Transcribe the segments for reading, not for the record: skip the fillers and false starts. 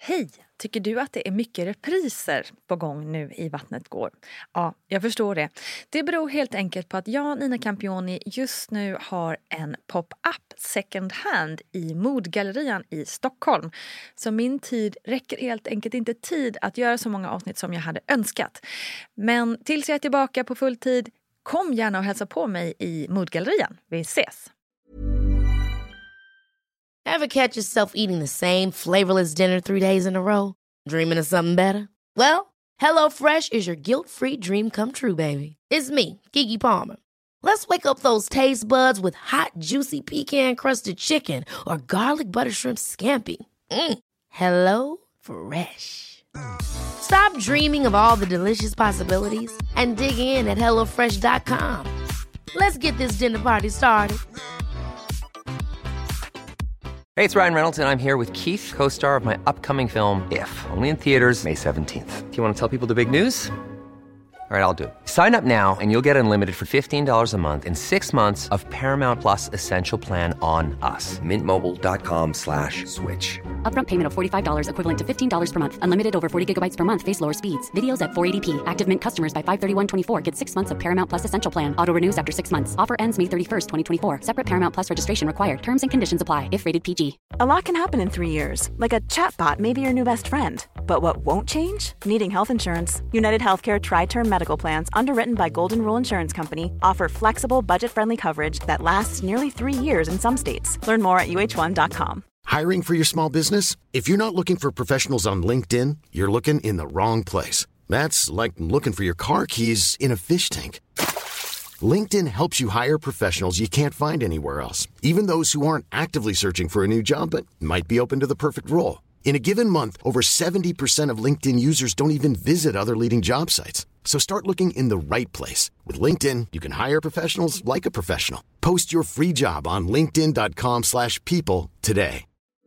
Hej! Tycker du att det är mycket repriser på gång nu i Vattnet går? Ja, jag förstår det. Det beror helt enkelt på att jag, Nina Campioni, just nu har en pop-up second hand i Modgallerian i Stockholm. Så min tid räcker helt enkelt inte tid att göra så många avsnitt som jag hade önskat. Men tills jag är tillbaka på full tid, kom gärna och hälsa på mig i Modgallerian. Vi ses! Ever catch yourself eating the same flavorless dinner 3 days in a row? Dreaming of something better? Well, HelloFresh is your guilt-free dream come true, baby. It's me, Keke Palmer. Let's wake up those taste buds with hot, juicy pecan-crusted chicken or garlic butter shrimp scampi. Hello Fresh. Stop dreaming of all the delicious possibilities and dig in at HelloFresh.com. Let's get this dinner party started. Hey, it's Ryan Reynolds, and I'm here with Keith, co-star of my upcoming film, If, only in theaters May 17th. Do you want to tell people the big news? All right, I'll do it. Sign up now and you'll get unlimited for $15 a month and 6 months of Paramount Plus Essential Plan on us. Mintmobile.com/switch. Upfront payment of $45 equivalent to $15 per month. Unlimited over 40 gigabytes per month. Face lower speeds. Videos at 480p. Active Mint customers by 531.24 get 6 months of Paramount Plus Essential Plan. Auto renews after 6 months. Offer ends May 31st, 2024. Separate Paramount Plus registration required. Terms and conditions apply if rated PG. A lot can happen in 3 years. Like a chatbot may be your new best friend. But what won't change? Needing health insurance. United Healthcare Tri-Term Medical Plans, underwritten by Golden Rule Insurance Company, offer flexible, budget-friendly coverage that lasts nearly 3 years in some states. Learn more at uh1.com. Hiring for your small business? If you're not looking for professionals on LinkedIn, you're looking in the wrong place. That's like looking for your car keys in a fish tank. LinkedIn helps you hire professionals you can't find anywhere else, even those who aren't actively searching for a new job but might be open to the perfect role. In a given month, over 70% of LinkedIn users don't even visit other leading job sites. So start looking in the right place. With LinkedIn, you can hire professionals like a professional. Post your free job on linkedin.com/people today.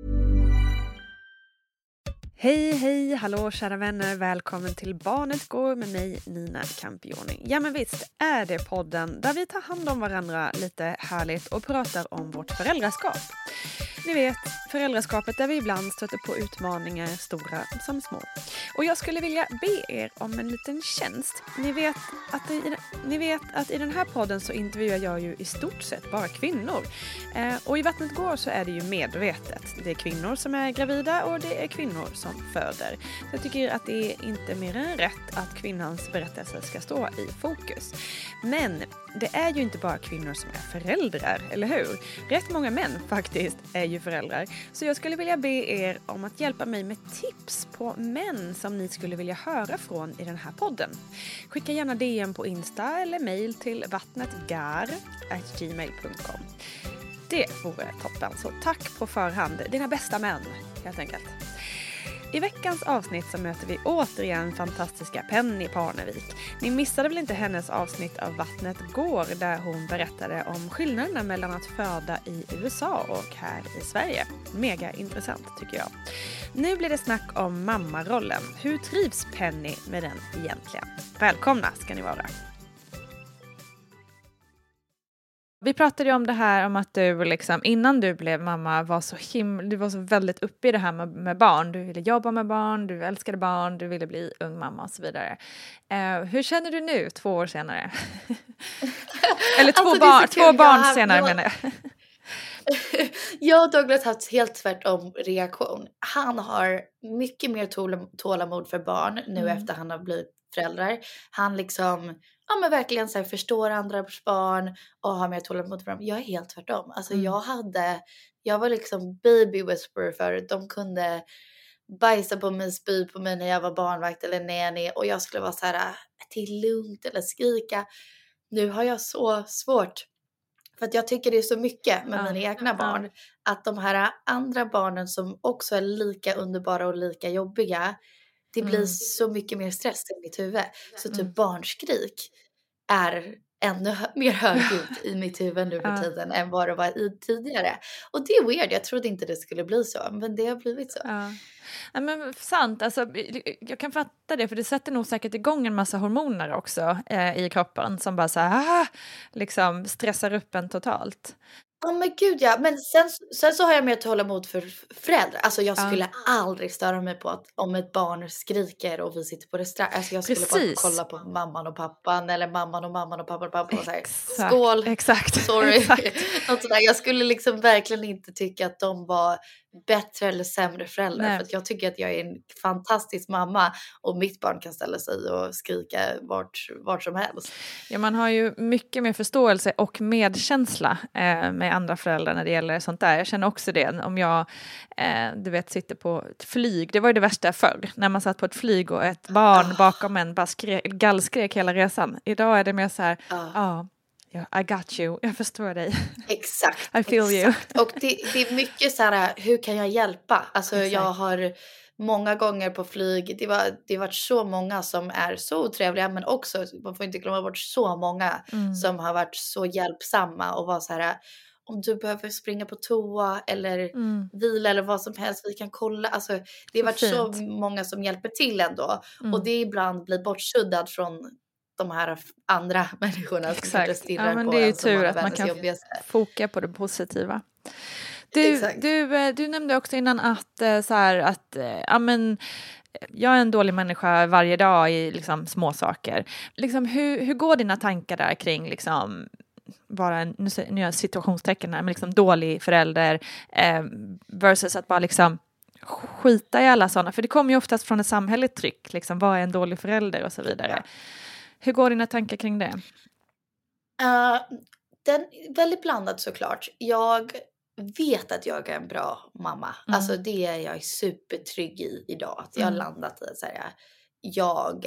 Hej, hallå kära vänner, välkommen till Barnet går med mig, Nina Campioni. Ja men visst är det podden där vi tar hand om varandra lite härligt och pratar om vårt föräldraskap. Ni vet, föräldraskapet där vi ibland stöter på utmaningar, stora som små. Och jag skulle vilja be er om en liten tjänst. Ni vet att i den här podden så intervjuar jag ju i stort sett bara kvinnor. Och i Vattnet går så är det ju medvetet. Det är kvinnor som är gravida och det är kvinnor som föder. Så jag tycker att det är inte mer än rätt att kvinnans berättelse ska stå i fokus. Men det är ju inte bara kvinnor som är föräldrar, eller hur? Rätt många män faktiskt är ju föräldrar. Så jag skulle vilja be er om att hjälpa mig med tips på män som ni skulle vilja höra från i den här podden. Skicka gärna DM på Insta eller mail till vattnetgar@gmail.com. Det vore toppen, så tack på förhand. Dina bästa män, helt enkelt. I veckans avsnitt så möter vi återigen fantastiska Penny Parnevik. Ni missade väl inte hennes avsnitt av Vattnet går där hon berättade om skillnaderna mellan att föda i USA och här i Sverige. Mega intressant tycker jag. Nu blir det snack om mammarollen. Hur trivs Penny med den egentligen? Välkomna ska ni vara. Vi pratade ju om det här om att du liksom, innan du blev mamma du var så väldigt uppe i det här med barn. Du ville jobba med barn, du älskade barn, du ville bli ung mamma och så vidare. Hur känner du nu 2 år senare? Eller två barn senare menar jag. Jag och Douglas har haft helt tvärtom reaktion. Han har mycket mer tålamod för barn nu efter han har blivit föräldrar. Han liksom... Ja men verkligen så här, förstår andras barn och har mer tålamod för dem. Jag är helt tvärtom. Alltså jag var liksom baby whisperer förut. De kunde bajsa på mig, spy på mig när jag var barnvakt eller nanny. Och jag skulle vara så här till lugnt eller skrika. Nu har jag så svårt. För att jag tycker det är så mycket med mina egna barn. Att de här andra barnen som också är lika underbara och lika jobbiga. Det blir så mycket mer stress i mitt huvud. Så typ barnskrik är ännu mer högljutt i mitt huvud nu för tiden än vad det var tidigare. Och det är weird. Jag trodde inte det skulle bli så. Men det har blivit så. Ja, men sant. Alltså, jag kan fatta det. För det sätter nog säkert igång en massa hormoner också i kroppen. Som bara så här, liksom stressar upp en totalt. Ja men gud ja, men sen så har jag mer tålamod för föräldrar. Alltså jag skulle aldrig störa mig på att om ett barn skriker och vi sitter på restaurang. Alltså jag skulle bara kolla på mamman och pappan eller mamman och pappan och pappan och säga skål, sorry. Något sådär. Jag skulle liksom verkligen inte tycka att de var bättre eller sämre föräldrar. Nej. För att jag tycker att jag är en fantastisk mamma och mitt barn kan ställa sig och skrika vart som helst. Ja, man har ju mycket mer förståelse och medkänsla med andra föräldrar när det gäller sånt där. Jag känner också det. Om jag sitter på ett flyg, det var ju det värsta förr. När man satt på ett flyg och ett barn bakom en bara gallskrek hela resan. Idag är det mer så här, I got you, jag förstår dig. Exakt. I feel you. Och det är mycket så här, hur kan jag hjälpa? Alltså jag har många gånger på flyg, det har varit så många som är så otrevliga, men också, man får inte glömma bort så många som har varit så hjälpsamma och var så här, om du behöver springa på toa eller vila eller vad som helst, vi kan kolla. Alltså det har varit så många som hjälper till ändå. Och det ibland blir bortsuddad från de här andra människorna som kanske stirrar på. Det är ju tur att man kan foka på det positiva. Du nämnde också innan att jag är en dålig människa varje dag i liksom små saker. Liksom, hur går dina tankar där kring liksom vara nu situationstecken här, men liksom dålig förälder versus att bara liksom skita i alla sådana, för det kommer ju oftast från ett samhälleligt tryck, liksom vad är en dålig förälder och så vidare. Ja. Hur går dina tankar kring det? Den är väldigt blandad såklart. Jag vet att jag är en bra mamma. Alltså det är jag supertrygg i idag. Att jag har landat i att säga jag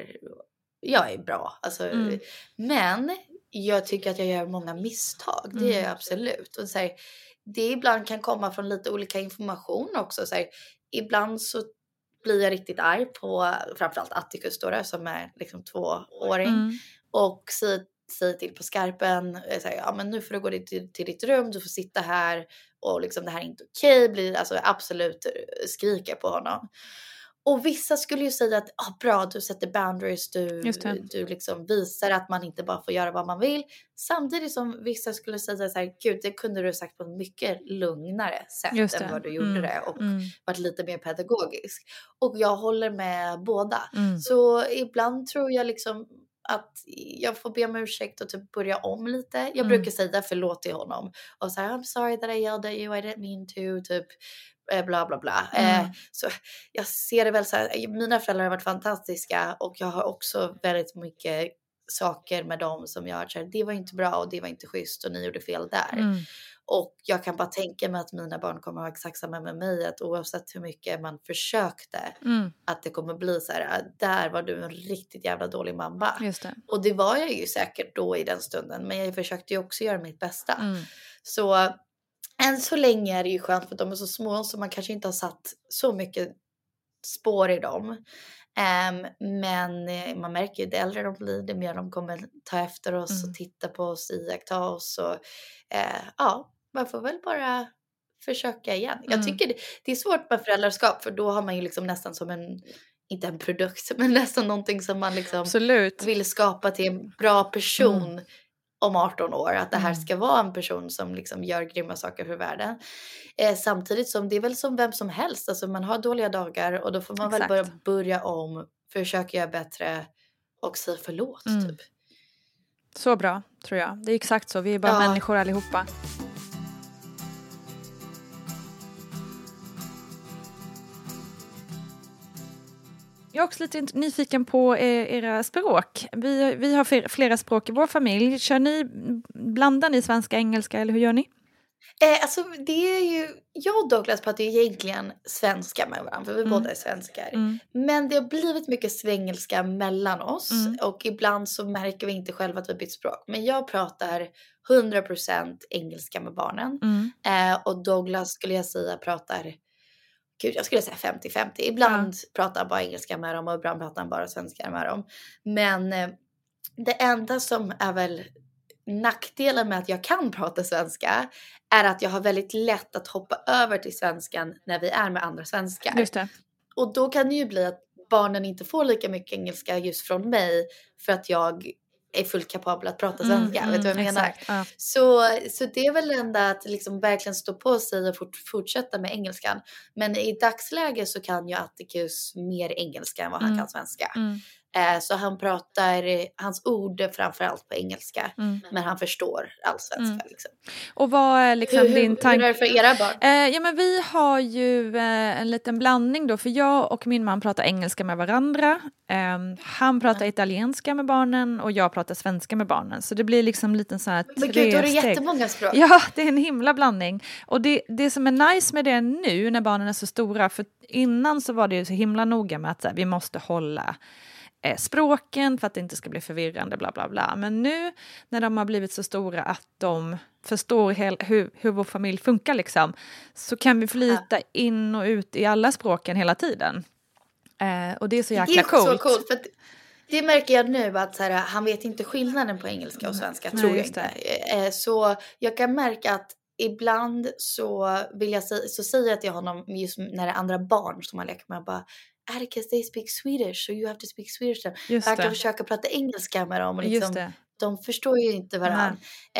är bra. Alltså, men jag tycker att jag gör många misstag. Det är jag absolut. Och så här, det ibland kan komma från lite olika information också. Så här, ibland så blir jag riktigt arg på framförallt Atticus då, som är liksom 2-åring. Och säger till på skarpen. Säger, men nu får du gå till ditt rum. Du får sitta här. Och liksom det här är inte okej. Blir alltså absolut skrika på honom. Och vissa skulle ju säga att bra, du sätter boundaries, du liksom visar att man inte bara får göra vad man vill. Samtidigt som vissa skulle säga så här, gud, det kunde du sagt på ett mycket lugnare sätt än vad du gjorde det. Och varit lite mer pedagogisk. Och jag håller med båda. Så ibland tror jag liksom att jag får be om ursäkt och typ börja om lite. Jag brukar säga förlåt till honom. Och säga, I'm sorry that I yelled at you, I didn't mean to, typ. Bla bla bla. Så jag ser det väl så här, mina föräldrar har varit fantastiska och jag har också väldigt mycket saker med dem som jag har sagt, det var inte bra och det var inte schysst och ni gjorde fel där. Och jag kan bara tänka mig att mina barn kommer att ha exakt samma med mig, att oavsett hur mycket man försökte att det kommer bli så här, där var du en riktigt jävla dålig mamma. Just det. Och det var jag ju säkert då i den stunden, men jag försökte ju också göra mitt bästa. Så än så länge är det ju skönt för att de är så små så man kanske inte har satt så mycket spår i dem. Men man märker ju det äldre de blir, det mer de kommer ta efter oss och titta på oss, iaktta oss. Och, man får väl bara försöka igen. Jag tycker det är svårt med föräldraskap, för då har man ju liksom nästan som inte en produkt, men nästan någonting som man liksom vill skapa till en bra person om 18 år. Att det här ska vara en person som liksom gör grymma saker för världen. Samtidigt som det är väl som vem som helst. Alltså man har dåliga dagar och då får man väl börja om. Försöka göra bättre och säga förlåt typ. Så bra, tror jag. Det är exakt så. Vi är bara människor allihopa. Jag är också lite nyfiken på era språk. Vi har flera språk i vår familj. Blandar ni svenska och engelska, eller hur gör ni? Alltså det är ju, jag och Douglas pratar ju egentligen svenska med varandra, för vi båda är svenskar. Men det har blivit mycket svengelska mellan oss. Och ibland så märker vi inte själva att vi bytt språk. Men jag pratar 100% engelska med barnen. Och Douglas skulle jag säga pratar... Gud, jag skulle säga 50-50. Ibland pratar han bara engelska med dem och ibland pratar han bara svenska med dem. Men det enda som är väl nackdelen med att jag kan prata svenska är att jag har väldigt lätt att hoppa över till svenskan när vi är med andra svenskar. Just det. Och då kan det ju bli att barnen inte får lika mycket engelska just från mig, för att jag är fullt kapabel att prata svenska. Vet du vad jag menar? Exakt, ja. Så det är väl ändå att liksom verkligen stå på sig och fortsätta med engelskan. Men i dagsläget så kan ju Atticus mer engelska än vad han kan svenska. Så han pratar hans ord framförallt på engelska. Men han förstår all svenska. Liksom. Och vad är liksom din tanke? Hur är det för era barn? Ja, men vi har ju en liten blandning då. För jag och min man pratar engelska med varandra. Han pratar italienska med barnen och jag pratar svenska med barnen. Så det blir liksom en liten sån här Men gud, då är det jättemånga språk. Ja, det är en himla blandning. Och det som är nice med det nu när barnen är så stora. För innan så var det ju så himla noga med att så här, vi måste hålla språken för att det inte ska bli förvirrande, bla bla bla. Men nu när de har blivit så stora att de förstår hur vår familj funkar liksom, så kan vi flyta in och ut i alla språken hela tiden. Och det är så jäkla coolt. Det är så coolt, för att det märker jag nu att så här, han vet inte skillnaden på engelska och svenska, tror jag inte. Så jag kan märka att ibland så vill jag så säger jag till honom just när det är andra barn som han leker med, bara Atticus, they speak Swedish, so you have to speak Swedish. Jag kan försöka prata engelska med dem och liksom, de förstår ju inte varandra.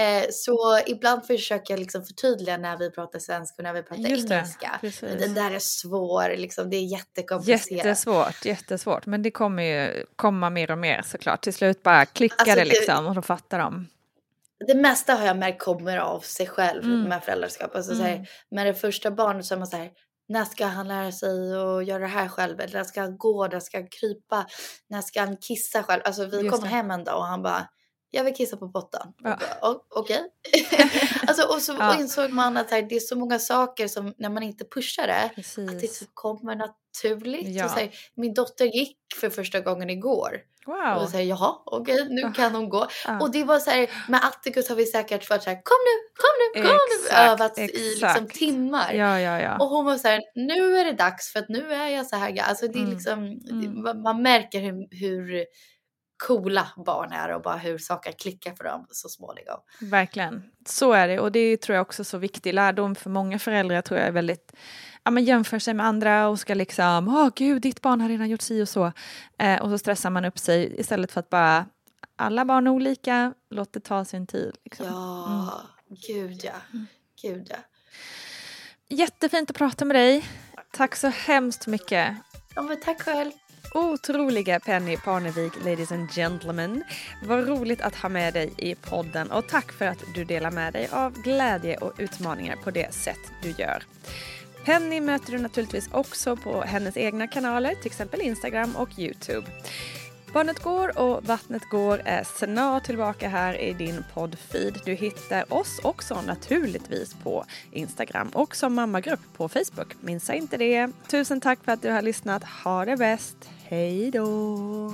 Så ibland försöker jag liksom förtydliga när vi pratar svenska och när vi pratar engelska. Men det där är svårt, liksom, det är jättekomplicerat. Jättesvårt. Men det kommer ju komma mer och mer såklart. Till slut bara klickar det liksom och då fattar de. Det mesta har jag märkt kommer av sig själv med föräldraskap. Alltså, så här, med det första barnet så är man så här, när ska han lära sig att göra det här själv? Eller när ska han gå? När ska han krypa? När ska han kissa själv? Alltså vi kom hem en dag och han bara, jag vill kissa på pottan. Okej. Alltså, och så insåg man att här, det är så många saker som när man inte pushar det. Precis. Att det så kommer naturligt. Ja. Så här, min dotter gick för första gången igår. Wow. Och säger jaha, okej, nu kan hon gå. Och det var så här, med Atticus har vi säkert varit så här, kom nu, övat i liksom timmar. Ja. Och hon var så här, nu är det dags för att nu är jag så här. Alltså det är liksom, man märker hur coola barn är och bara hur saker klickar för dem så småningom. Verkligen, så är det. Och det tror jag också så viktig lärdom för många föräldrar, tror jag är väldigt, ja, man jämför sig med andra och ska liksom, gud, ditt barn har redan gjort si och så. Och så stressar man upp sig istället för att bara, alla barn är olika, låt det ta sin tid. Liksom. Ja, gud ja. Jättefint att prata med dig. Tack så hemskt mycket. Ja, men tack själv. Otroliga Penny Parnevik, ladies and gentlemen. Vad roligt att ha med dig i podden och tack för att du delar med dig av glädje och utmaningar på det sätt du gör. Penny möter du naturligtvis också på hennes egna kanaler, till exempel Instagram och YouTube. Barnet går och vattnet går är snart tillbaka här i din poddfeed. Du hittar oss också naturligtvis på Instagram och som mammagrupp på Facebook. Minns inte det. Tusen tack för att du har lyssnat. Ha det bäst. Hej då!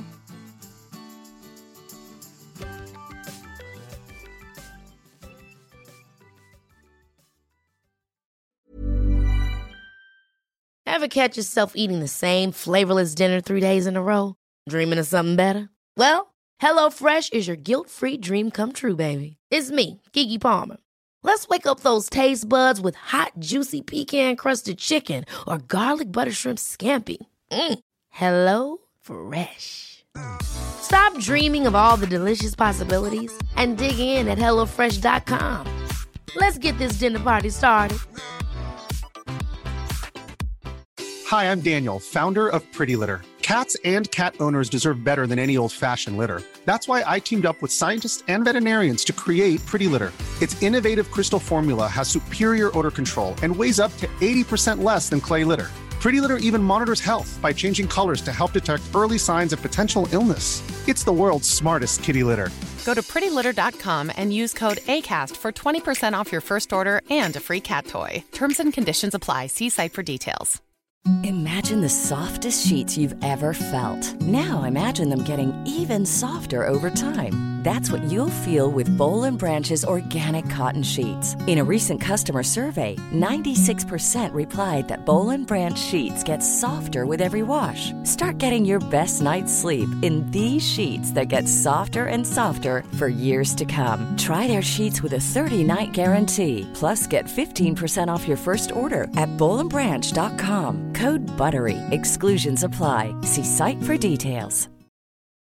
Ever catch yourself eating the same flavorless dinner 3 days in a row? Dreaming of something better? Well, HelloFresh is your guilt-free dream come true, baby. It's me, Keke Palmer. Let's wake up those taste buds with hot, juicy pecan-crusted chicken or garlic butter shrimp scampi. Hello Fresh. Stop dreaming of all the delicious possibilities and dig in at HelloFresh.com. Let's get this dinner party started. Hi, I'm Daniel, founder of Pretty Litter. Cats and cat owners deserve better than any old-fashioned litter. That's why I teamed up with scientists and veterinarians to create Pretty Litter. Its innovative crystal formula has superior odor control and weighs up to 80% less than clay litter. Pretty Litter even monitors health by changing colors to help detect early signs of potential illness. It's the world's smartest kitty litter. Go to prettylitter.com and use code ACAST for 20% off your first order and a free cat toy. Terms and conditions apply. See site for details. Imagine the softest sheets you've ever felt. Now imagine them getting even softer over time. That's what you'll feel with Boll & Branch's organic cotton sheets. In a recent customer survey, 96% replied that Boll & Branch sheets get softer with every wash. Start getting your best night's sleep in these sheets that get softer and softer for years to come. Try their sheets with a 30-night guarantee. Plus, get 15% off your first order at bollandbranch.com. Code BUTTERY. Exclusions apply. See site for details.